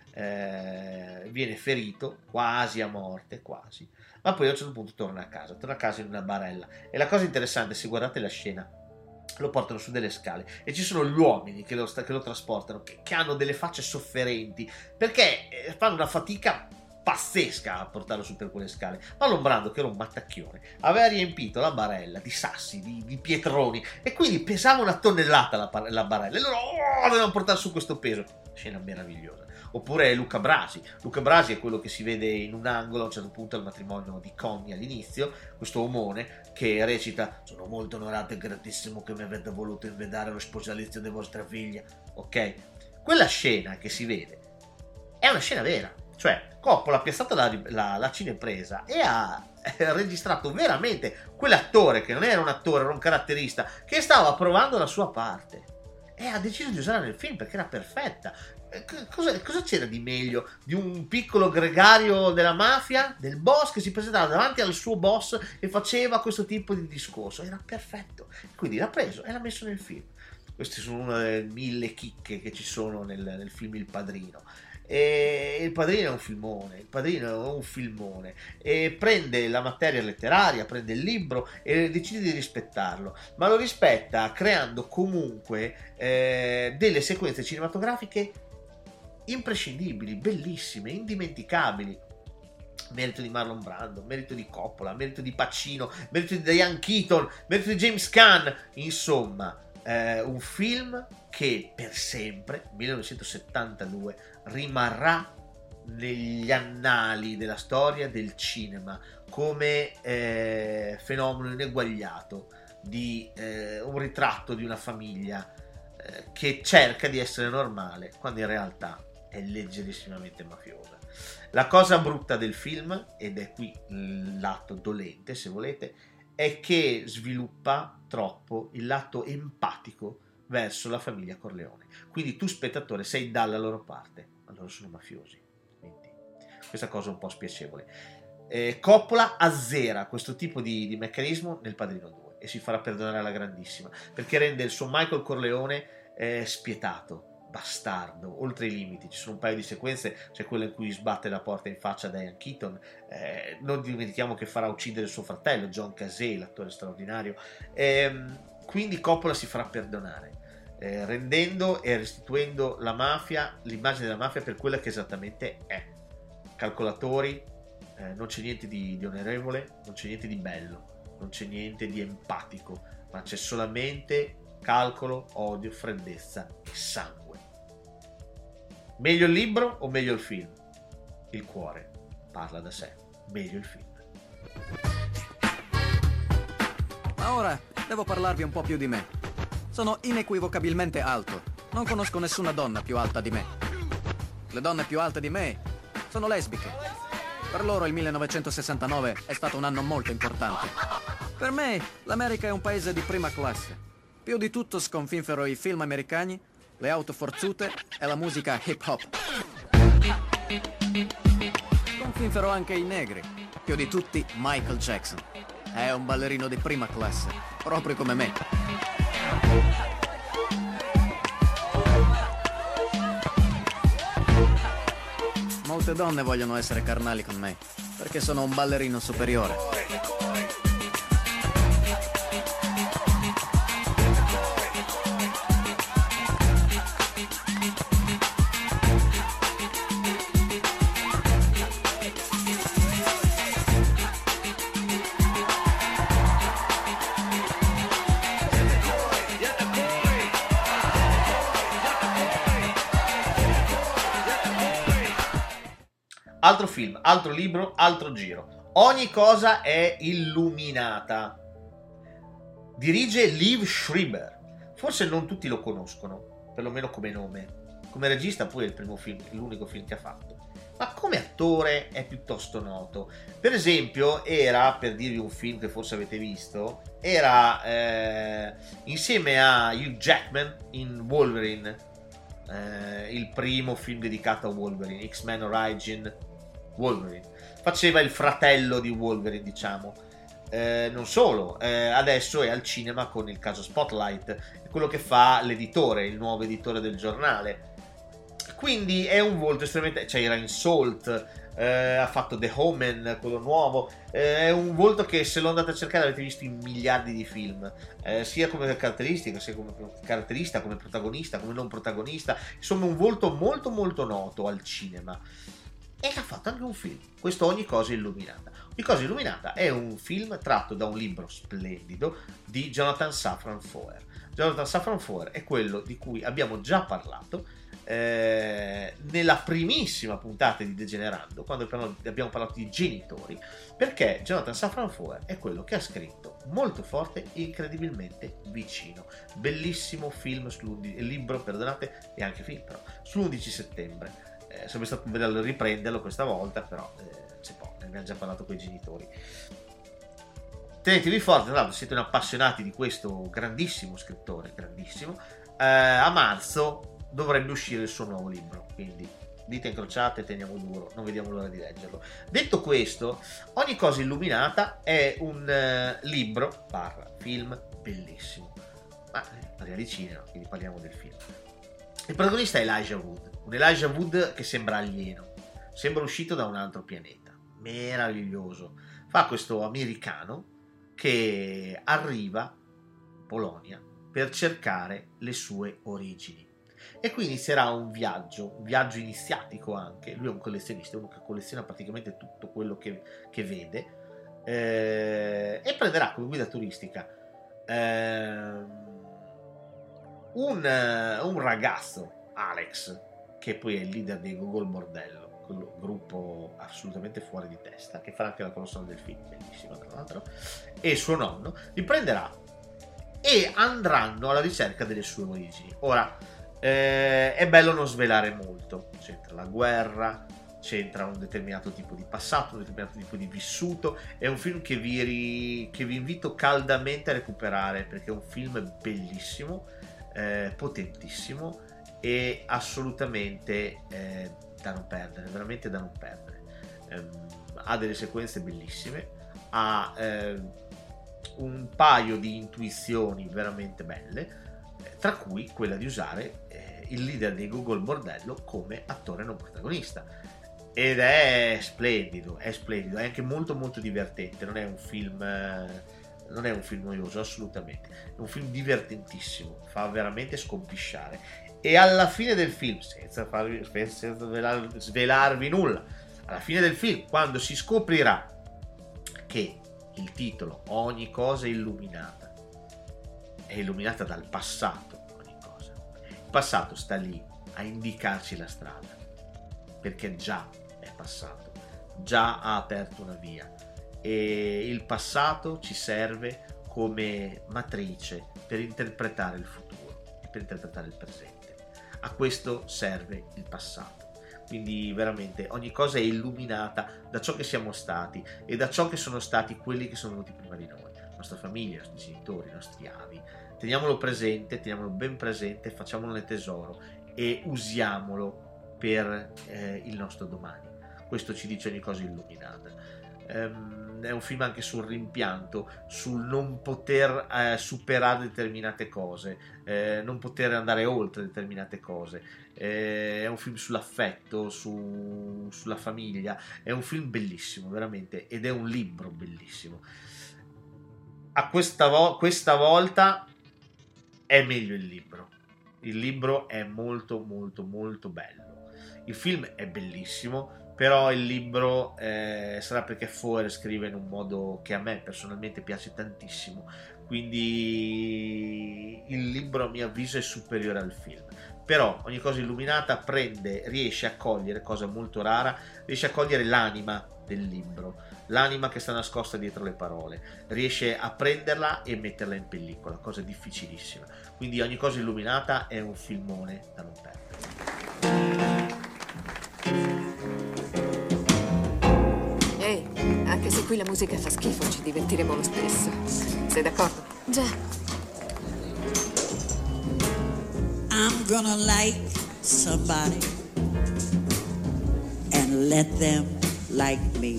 eh, viene ferito quasi a morte, quasi, ma poi a un certo punto torna a casa, torna a casa in una barella, e la cosa interessante, se guardate la scena, lo portano su delle scale e ci sono gli uomini che lo, che lo trasportano, che, che hanno delle facce sofferenti perché fanno una fatica pazzesca a portarlo su per quelle scale. Marlon Brando, che era un mattacchione, aveva riempito la barella di sassi, di, di pietroni, e quindi pesava una tonnellata la, la barella, e loro oh, dovevano portare su questo peso. Scena meravigliosa. Oppure Luca Brasi. Luca Brasi è quello che si vede in un angolo a un certo punto al matrimonio di Connie all'inizio, questo omone che recita: sono molto onorato e gratissimo che mi avete voluto invedare allo sposalizio di vostra figlia. Ok? Quella scena che si vede è una scena vera, cioè Coppola ha piazzato la, la, la cinepresa e ha registrato veramente quell'attore, che non era un attore, era un caratterista, che stava provando la sua parte, e ha deciso di usarla nel film perché era perfetta. Cosa, cosa c'era di meglio di un piccolo gregario della mafia, del boss, che si presentava davanti al suo boss e faceva questo tipo di discorso? Era perfetto, quindi l'ha preso e l'ha messo nel film. Queste sono una delle mille chicche che ci sono nel, nel film Il Padrino. E il Padrino è un filmone, il Padrino è un filmone, e prende la materia letteraria, prende il libro e decide di rispettarlo, ma lo rispetta creando comunque eh, delle sequenze cinematografiche imprescindibili, bellissime, indimenticabili. Merito di Marlon Brando, merito di Coppola, merito di Pacino, merito di Diane Keaton, merito di James Caan. Insomma, eh, un film che per sempre, millenovecentosettantadue, rimarrà negli annali della storia del cinema come eh, fenomeno ineguagliato di eh, un ritratto di una famiglia eh, che cerca di essere normale quando in realtà è leggerissimamente mafiosa. La cosa brutta del film, ed è qui il lato dolente se volete, è che sviluppa troppo il lato empatico verso la famiglia Corleone. Quindi tu spettatore sei dalla loro parte, ma loro sono mafiosi. Quindi questa cosa è un po' spiacevole. Eh, Coppola azzera questo tipo di, di meccanismo nel Padrino due e si farà perdonare alla grandissima, perché rende il suo Michael Corleone eh, spietato, bastardo, oltre i limiti. Ci sono un paio di sequenze, c'è quella in cui sbatte la porta in faccia a Diane Keaton, eh, non dimentichiamo che farà uccidere suo fratello John Casey, l'attore straordinario. Eh, quindi Coppola si farà perdonare, eh, rendendo e restituendo la mafia, l'immagine della mafia per quella che esattamente è: calcolatori, eh, non c'è niente di, di onorevole, non c'è niente di bello, non c'è niente di empatico, ma c'è solamente calcolo, odio, freddezza e sangue. Meglio il libro o meglio il film? Il cuore parla da sé. Meglio il film. Ma ora devo parlarvi un po' più di me. Sono inequivocabilmente alto. Non conosco nessuna donna più alta di me. Le donne più alte di me sono lesbiche. Per loro il millenovecentosessantanove è stato un anno molto importante. Per me l'America è un paese di prima classe. Più di tutto sconfinsero i film americani, le auto forzute e la musica hip hop. Sconfinsero anche i negri. Più di tutti Michael Jackson. È un ballerino di prima classe, proprio come me. Molte donne vogliono essere carnali con me, perché sono un ballerino superiore. altro film, altro libro, altro giro. Ogni cosa è illuminata. Dirige Liev Schreiber. Forse non tutti lo conoscono, perlomeno come nome. Come regista poi è il primo film, l'unico film che ha fatto. Ma come attore è piuttosto noto. Per esempio era, per dirvi un film che forse avete visto, era eh, insieme a Hugh Jackman in Wolverine, eh, il primo film dedicato a Wolverine, X-Men Origin Wolverine. Faceva il fratello di Wolverine, diciamo. Eh, non solo, eh, adesso è al cinema con il caso Spotlight, quello che fa l'editore, il nuovo editore del giornale. Quindi è un volto estremamente, cioè era in Salt, eh, ha fatto The Omen, quello nuovo, eh, è un volto che se lo andate a cercare avete visto in miliardi di film, eh, sia come caratteristica, sia come caratterista, come protagonista, come non protagonista, insomma un volto molto molto noto al cinema. E ha fatto anche un film, questo Ogni cosa illuminata. Ogni cosa illuminata è un film tratto da un libro splendido di Jonathan Safran Foer. Jonathan Safran Foer è quello di cui abbiamo già parlato eh, nella primissima puntata di Degenerando, quando abbiamo parlato di genitori, perché Jonathan Safran Foer è quello che ha scritto Molto forte e incredibilmente vicino, bellissimo film sull'undici, libro, perdonate, e anche film però, sull'undici settembre. Eh, sarebbe stato bello riprenderlo questa volta, però eh, si può, ne abbiamo già parlato con i genitori. Tenetevi forte, tra l'altro siete appassionati di questo grandissimo scrittore, grandissimo. Eh, a marzo dovrebbe uscire il suo nuovo libro, quindi dita incrociate, teniamo duro, non vediamo l'ora di leggerlo. Detto questo, Ogni cosa illuminata è un uh, libro barra film bellissimo, ma eh, parliamo di cinema, quindi parliamo del film. Il protagonista è Elijah Wood, un Elijah Wood che sembra alieno, sembra uscito da un altro pianeta, meraviglioso. Fa questo americano che arriva in Polonia per cercare le sue origini. E qui inizierà un viaggio, un viaggio iniziatico anche. Lui è un collezionista, uno che colleziona praticamente tutto quello che, che vede, eh, e prenderà come guida turistica eh, un, un ragazzo, Alex, che poi è il leader dei Gogol Bordello, quello gruppo assolutamente fuori di testa, che farà anche la colonna sonora del film, bellissima tra l'altro, e suo nonno li prenderà e andranno alla ricerca delle sue origini. Ora, Eh, è bello non svelare molto, c'entra la guerra, c'entra un determinato tipo di passato, un determinato tipo di vissuto. È un film che vi, ri... che vi invito caldamente a recuperare, perché è un film bellissimo, eh, potentissimo e assolutamente eh, da non perdere, veramente da non perdere. Eh, ha delle sequenze bellissime, ha eh, un paio di intuizioni veramente belle, tra cui quella di usare eh, il leader dei Gogol Bordello come attore non protagonista, ed è splendido, è splendido, è anche molto molto divertente. Non è un film eh, non è un film noioso, assolutamente, è un film divertentissimo, fa veramente scompisciare. E alla fine del film, senza, farvi, senza svelar, svelarvi nulla, alla fine del film, quando si scoprirà che il titolo Ogni cosa illuminata è illuminata dal passato, ogni cosa, il passato sta lì a indicarci la strada, perché già è passato, già ha aperto una via, e il passato ci serve come matrice per interpretare il futuro e per interpretare il presente. A questo serve il passato. Quindi veramente ogni cosa è illuminata da ciò che siamo stati e da ciò che sono stati quelli che sono venuti prima di noi, la nostra famiglia, i nostri genitori, i nostri avi. Teniamolo presente, teniamolo ben presente, facciamolone tesoro e usiamolo per eh, il nostro domani. Questo ci dice Ogni cosa illuminata. Um, è un film anche sul rimpianto, sul non poter eh, superare determinate cose, eh, non poter andare oltre determinate cose. Eh, è un film sull'affetto, su, sulla famiglia. È un film bellissimo, veramente, ed è un libro bellissimo. A questa, vo- questa volta è meglio il libro. Il libro è molto molto molto bello. Il film è bellissimo, però il libro eh, sarà perché Foer scrive in un modo che a me personalmente piace tantissimo, quindi il libro a mio avviso è superiore al film. però Ogni cosa illuminata prende, riesce a cogliere, cosa molto rara, riesce a cogliere l'anima del libro, l'anima che sta nascosta dietro le parole, riesce a prenderla e metterla in pellicola, cosa difficilissima. Quindi Ogni cosa illuminata è un filmone da non perdere. Ehi, anche se qui la musica fa schifo, ci divertiremo lo stesso. Sei d'accordo? Già. I'm gonna like somebody and let them like me.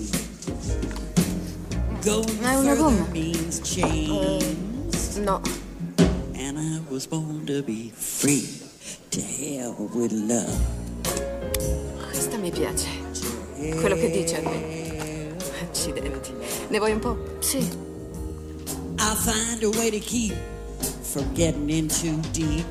Go further means change. Uh, no. And I was born to be free. To hell with love. Questa mi piace. Quello che dice a me. Accidenti. Ne vuoi un po'? Sì. I'll find a way to keep from getting in too deep.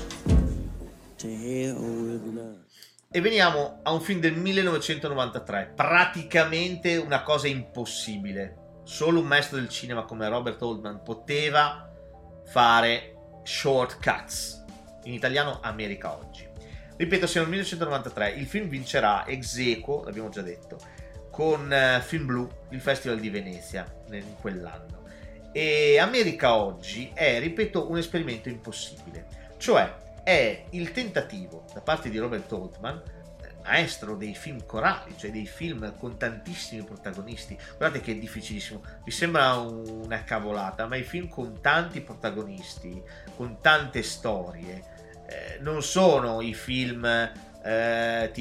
To hell with love. E veniamo a un film del millenovecentonovantatré, praticamente una cosa impossibile. Solo un maestro del cinema come Robert Altman poteva fare shortcuts. In italiano America Oggi. Ripeto, siamo nel millenovecentonovantatré, il film vincerà ex aequo, l'abbiamo già detto, con uh, Film Blu, il Festival di Venezia in quell'anno. E America Oggi è, ripeto, un esperimento impossibile. Cioè è il tentativo da parte di Robert Altman, maestro dei film corali, cioè dei film con tantissimi protagonisti. Guardate che è difficilissimo, vi sembra una cavolata, ma i film con tanti protagonisti, con tante storie, eh, non sono i film eh,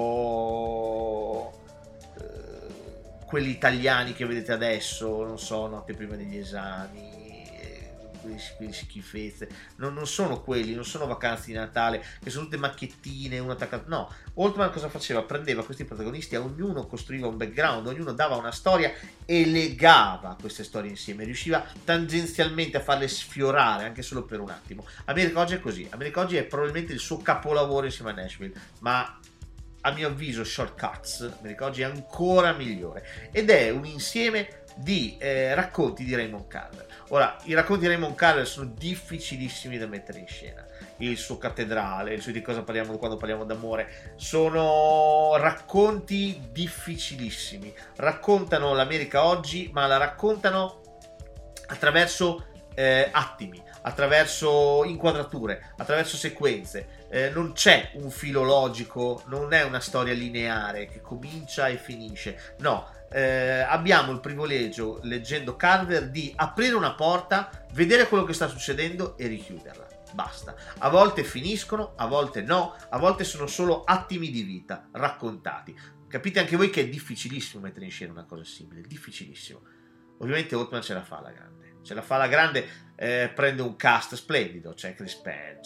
tipo eh, quelli italiani che vedete adesso, non so, Notte prima degli esami, quelle schifezze, non, non sono quelli, non sono Vacanze di Natale, che sono tutte macchiettine, una attaccata. No, Altman cosa faceva? Prendeva questi protagonisti, a ognuno costruiva un background, ognuno dava una storia e legava queste storie insieme, riusciva tangenzialmente a farle sfiorare anche solo per un attimo. America Oggi è così, America Oggi è probabilmente il suo capolavoro insieme a Nashville, ma a mio avviso Shortcuts, America Oggi è ancora migliore, ed è un insieme di eh, racconti di Raymond Carver. Ora, i racconti di Raymond Carver sono difficilissimi da mettere in scena. Il suo Cattedrale, il suo Di cosa parliamo quando parliamo d'amore, sono racconti difficilissimi. Raccontano l'America Oggi, ma la raccontano attraverso eh, attimi, attraverso inquadrature, attraverso sequenze. Eh, non c'è un filo logico, non è una storia lineare che comincia e finisce. No, eh, abbiamo il privilegio, leggendo Carver, di aprire una porta, vedere quello che sta succedendo e richiuderla. Basta. A volte finiscono, a volte no, a volte sono solo attimi di vita raccontati. Capite anche voi che è difficilissimo mettere in scena una cosa simile, difficilissimo. Ovviamente Altman ce la fa alla grande, ce la fa alla grande, eh, prende un cast splendido, c'è Chris Penn,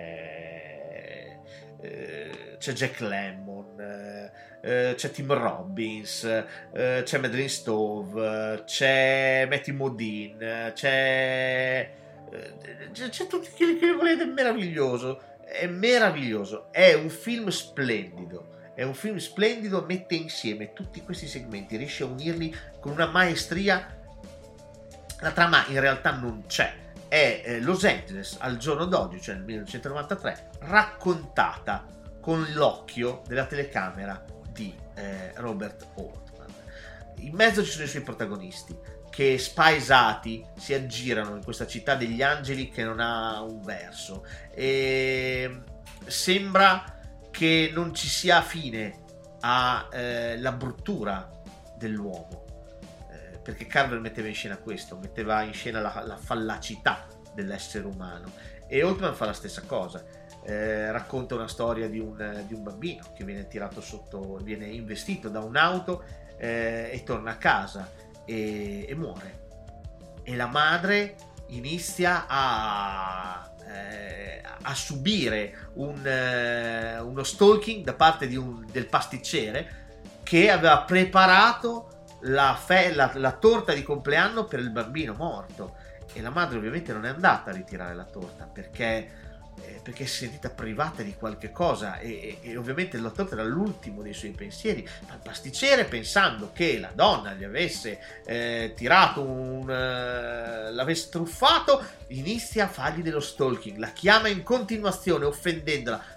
c'è, eh, c'è Jack Lemmon, eh, c'è Tim Robbins, eh, c'è Madeleine Stowe, c'è Matthew Modine, c'è... C'è, c'è tutti quelli che volete, è meraviglioso, è meraviglioso, è un film splendido, è un film splendido, mette insieme tutti questi segmenti, riesce a unirli con una maestria. La trama in realtà non c'è, è eh, Los Angeles al giorno d'oggi, cioè nel millenovecentonovantatré, raccontata con l'occhio della telecamera di eh, Robert Altman. In mezzo ci sono i suoi protagonisti che spaesati si aggirano in questa città degli angeli che non ha un verso, e sembra che non ci sia fine alla eh, bruttura dell'uomo, eh, perché Carver metteva in scena questo, metteva in scena la, la fallacità dell'essere umano, e Altman fa la stessa cosa. Eh, racconta una storia di un, di un bambino che viene tirato sotto, viene investito da un'auto eh, e torna a casa E, e muore, e la madre inizia a, eh, a subire un, eh, uno stalking da parte di un, del pasticcere che aveva preparato la, fe, la, la torta di compleanno per il bambino morto, e la madre ovviamente non è andata a ritirare la torta perché Eh, perché si è sentita privata di qualche cosa, e, e, e ovviamente la torta era l'ultimo dei suoi pensieri. Ma il pasticcere, pensando che la donna gli avesse eh, tirato un eh, l'avesse truffato, inizia a fargli dello stalking, la chiama in continuazione offendendola,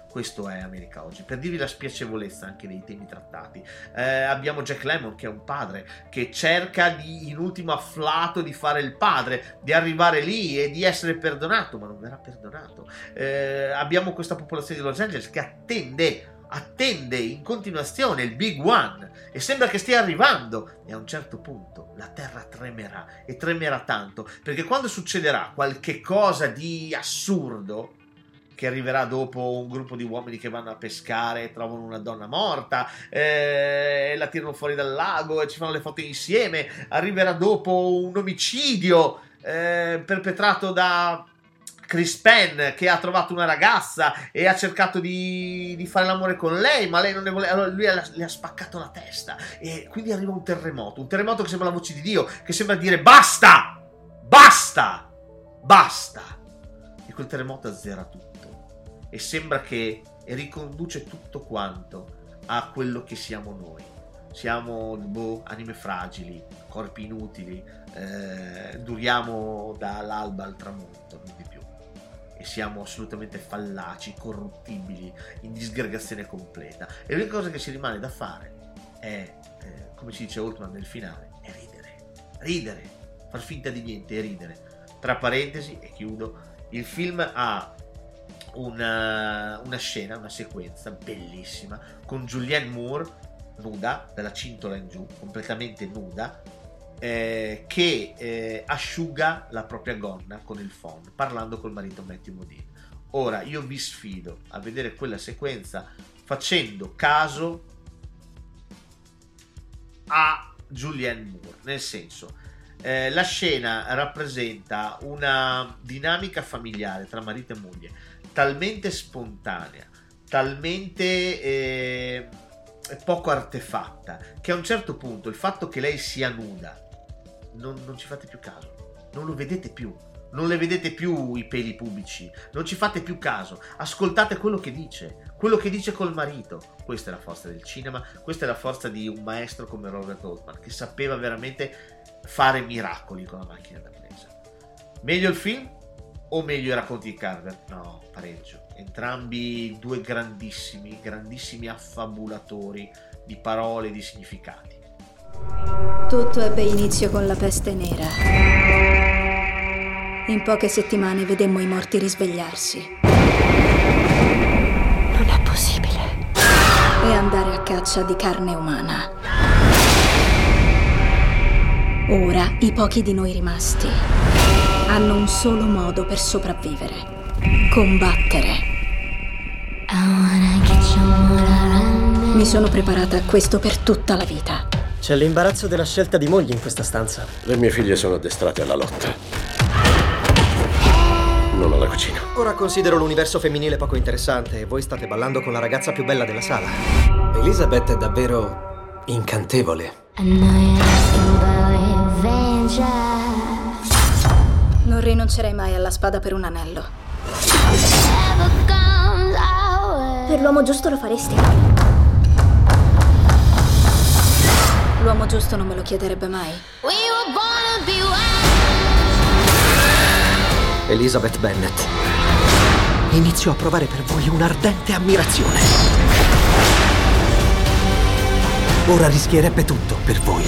Questo è America Oggi, per dirvi la spiacevolezza anche dei temi trattati. Eh, abbiamo Jack Lemmon, che è un padre che cerca di, in ultimo afflato, di fare il padre, di arrivare lì e di essere perdonato, ma non verrà perdonato. Eh, abbiamo questa popolazione di Los Angeles che attende attende in continuazione il Big One e sembra che stia arrivando, e a un certo punto la terra tremerà, e tremerà tanto, perché quando succederà qualche cosa di assurdo, che arriverà dopo un gruppo di uomini che vanno a pescare e trovano una donna morta, eh, la tirano fuori dal lago e ci fanno le foto insieme, arriverà dopo un omicidio eh, perpetrato da Chris Penn, che ha trovato una ragazza e ha cercato di, di fare l'amore con lei, ma lei non ne voleva, allora lui le ha spaccato la testa, e quindi arriva un terremoto, un terremoto che sembra la voce di Dio, che sembra dire basta, basta, basta, e quel terremoto azzera tutto e sembra che e riconduce tutto quanto a quello che siamo noi. Siamo boh, anime fragili, corpi inutili, eh, duriamo dall'alba al tramonto, non di più, e siamo assolutamente fallaci, corruttibili, in disgregazione completa, e l'unica cosa che ci rimane da fare è, eh, come ci dice Altman nel finale, è ridere, ridere, far finta di niente e ridere. Tra parentesi, e chiudo, il film ha una, una scena, una sequenza bellissima con Julianne Moore nuda, dalla cintola in giù, completamente nuda, eh, che eh, asciuga la propria gonna con il phon, parlando col marito Matthew Modine. Ora io vi sfido a vedere quella sequenza facendo caso a Julianne Moore, nel senso, eh, la scena rappresenta una dinamica familiare tra marito e moglie talmente spontanea, talmente eh, poco artefatta, che a un certo punto il fatto che lei sia nuda non, non ci fate più caso, non lo vedete più, non le vedete più i peli pubici, non ci fate più caso, ascoltate quello che dice, quello che dice col marito. Questa è la forza del cinema, questa è la forza di un maestro come Robert Altman, che sapeva veramente fare miracoli con la macchina da presa. Meglio il film o meglio i racconti di Carver? No, pareggio. Entrambi due grandissimi, grandissimi affabulatori di parole e di significati. Tutto ebbe inizio con la peste nera. In poche settimane vedemmo i morti risvegliarsi. Non è possibile. E andare a caccia di carne umana. Ora i pochi di noi rimasti hanno un solo modo per sopravvivere: combattere. Mi sono preparata a questo per tutta la vita. C'è l'imbarazzo della scelta di moglie in questa stanza. Le mie figlie sono addestrate alla lotta, non alla cucina. Ora considero l'universo femminile poco interessante e voi state ballando con la ragazza più bella della sala. Elizabeth è davvero incantevole. Non rinuncerei mai alla spada per un anello. Per l'uomo giusto lo faresti? L'uomo giusto non me lo chiederebbe mai. Elizabeth Bennet. Inizio a provare per voi un'ardente ammirazione. Ora rischierebbe tutto per voi.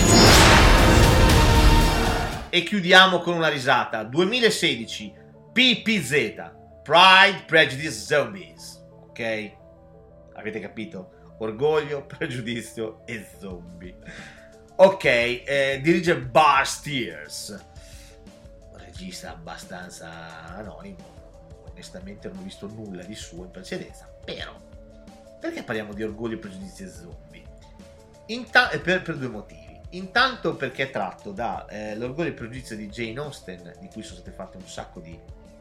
E chiudiamo con una risata. duemilasedici, P P Z, Pride, Prejudice, Zombies. Ok? Avete capito? Orgoglio, pregiudizio e zombie. Ok, eh, dirige Bar Steers, regista abbastanza anonimo. Onestamente non ho visto nulla di suo in precedenza. Però, perché parliamo di orgoglio, pregiudizio e zombie? Inta- per, per due motivi. Intanto perché è tratto da eh, l'orgoglio e pregiudizio di Jane Austen, di cui sono state fatte un sacco di,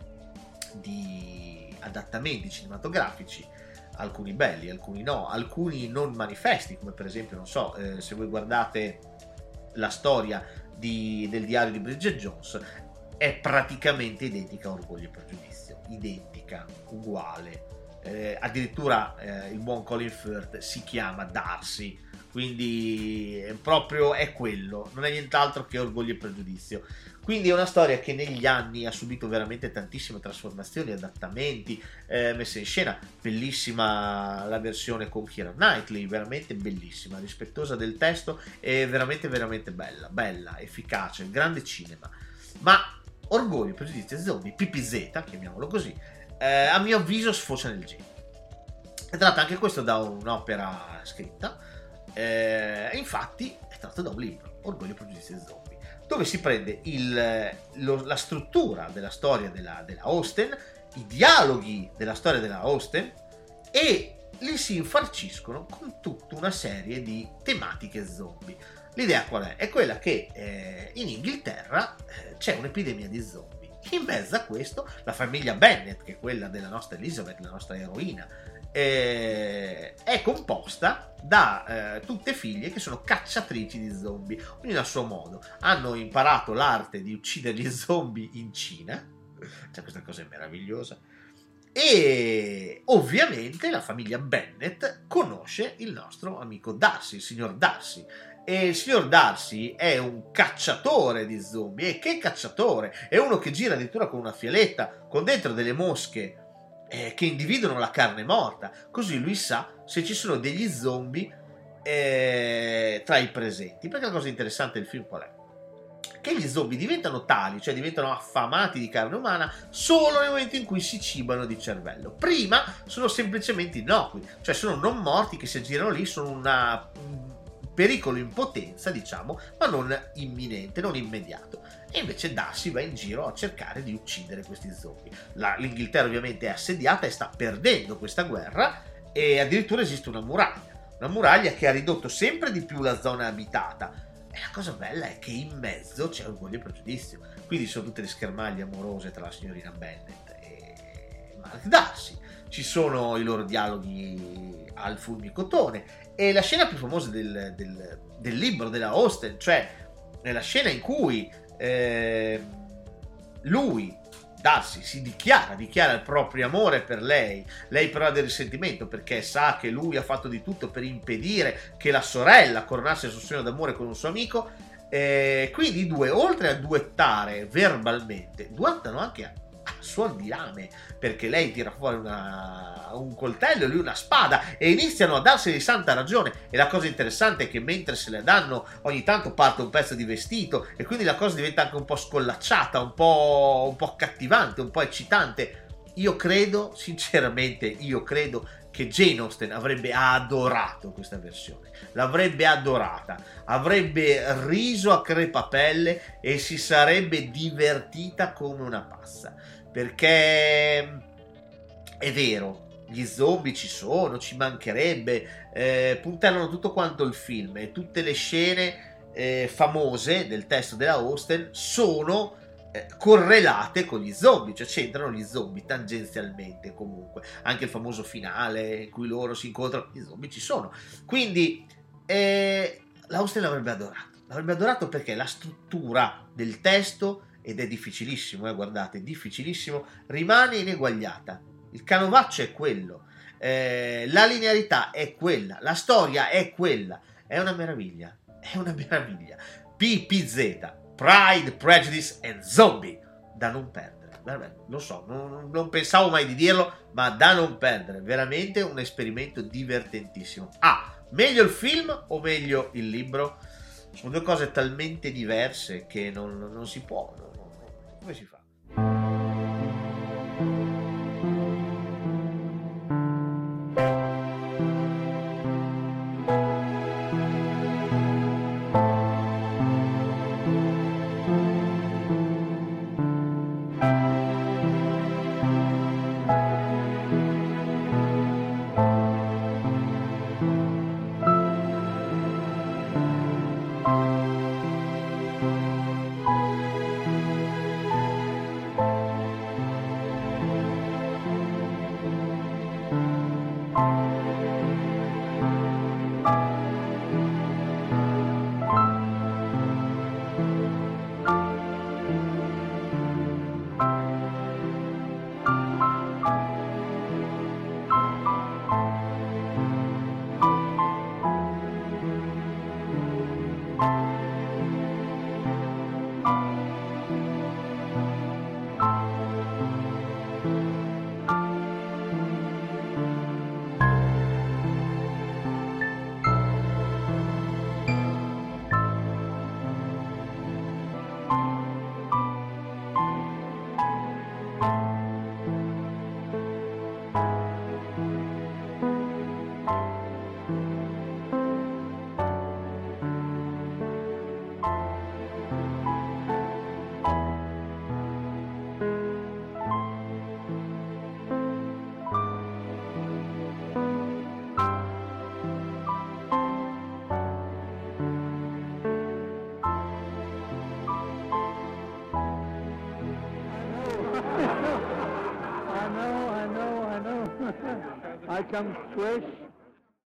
di adattamenti cinematografici, alcuni belli, alcuni no, alcuni non manifesti, come per esempio, non so, eh, se voi guardate la storia di, del diario di Bridget Jones, è praticamente identica a Orgoglio e Pregiudizio, identica, uguale, eh, addirittura eh, il buon Colin Firth si chiama Darcy, quindi è proprio è quello, non è nient'altro che Orgoglio e Pregiudizio. Quindi è una storia che negli anni ha subito veramente tantissime trasformazioni, adattamenti, eh, messe in scena. Bellissima la versione con Keira Knightley, veramente bellissima, rispettosa del testo e veramente veramente bella, bella, efficace, grande cinema. Ma Orgoglio, Pregiudizi e Zombie, P P Z, chiamiamolo così, eh, a mio avviso sfocia nel genere. È tratto anche questo da un'opera scritta, eh, infatti è tratto da un libro, Orgoglio, Pregiudizi e Zombie, dove si prende il, lo, la struttura della storia della, della Austen, i dialoghi della storia della Austen, e li si infarciscono con tutta una serie di tematiche zombie. L'idea qual è? È quella che eh, in Inghilterra eh, c'è un'epidemia di zombie. In mezzo a questo la famiglia Bennet, che è quella della nostra Elizabeth, la nostra eroina, eh, è composta da eh, tutte figlie che sono cacciatrici di zombie, ognuna a suo modo. Hanno imparato l'arte di uccidere gli zombie in Cina, cioè questa cosa è meravigliosa, e ovviamente la famiglia Bennet conosce il nostro amico Darcy, il signor Darcy. E il signor Darcy è un cacciatore di zombie. E che cacciatore! È uno che gira addirittura con una fialetta con dentro delle mosche eh, che individuano la carne morta, così lui sa se ci sono degli zombie eh, tra i presenti. Perché la cosa interessante del film qual è? Che gli zombie diventano tali, cioè diventano affamati di carne umana, solo nel momento in cui si cibano di cervello. Prima sono semplicemente innocui, cioè sono non morti che si aggirano lì, sono una, un pericolo in potenza, diciamo, ma non imminente, non immediato. E invece Darcy va in giro a cercare di uccidere questi zombie. La, L'Inghilterra ovviamente è assediata e sta perdendo questa guerra, e addirittura esiste una muraglia, una muraglia che ha ridotto sempre di più la zona abitata. E la cosa bella è che in mezzo c'è Orgoglio e Pregiudizio, quindi sono tutte le schermaglie amorose tra la signorina Bennet e Mark Darcy, ci sono i loro dialoghi al fulmicotone, e la scena più famosa del, del, del libro della Austen, cioè nella scena in cui eh, lui, Darcy, si dichiara, dichiara il proprio amore per lei. Lei però ha del risentimento perché sa che lui ha fatto di tutto per impedire che la sorella coronasse il suo sogno d'amore con un suo amico. E quindi i due, oltre a duettare verbalmente, duettano anche a, a suon di lame, perché lei tira fuori una, un coltello e lui una spada, e iniziano a darsi di santa ragione. E la cosa interessante è che mentre se le danno ogni tanto parte un pezzo di vestito, e quindi la cosa diventa anche un po' scollacciata, un po', un po' accattivante, un po' eccitante. Io credo, sinceramente, io credo che Jane Austen avrebbe adorato questa versione, l'avrebbe adorata, avrebbe riso a crepapelle e si sarebbe divertita come una pazza, perché è vero, gli zombie ci sono, ci mancherebbe, eh, puntellano tutto quanto il film, e tutte le scene eh, famose del testo della Austen sono eh, correlate con gli zombie, cioè c'entrano gli zombie tangenzialmente. Comunque anche il famoso finale in cui loro si incontrano, gli zombie ci sono, quindi eh, l'Austen l'avrebbe adorato, l'avrebbe adorato perché la struttura del testo, ed è difficilissimo, eh, guardate, difficilissimo, rimane ineguagliata. Il canovaccio è quello, eh, la linearità è quella, la storia è quella, è una meraviglia, è una meraviglia. P P Z, Pride, Prejudice and Zombie, da non perdere, veramente, lo so, non, non pensavo mai di dirlo, ma da non perdere, veramente un esperimento divertentissimo. Ah, meglio il film o meglio il libro? Sono due cose talmente diverse che non, non si può, non, non, come si fa? I can swish.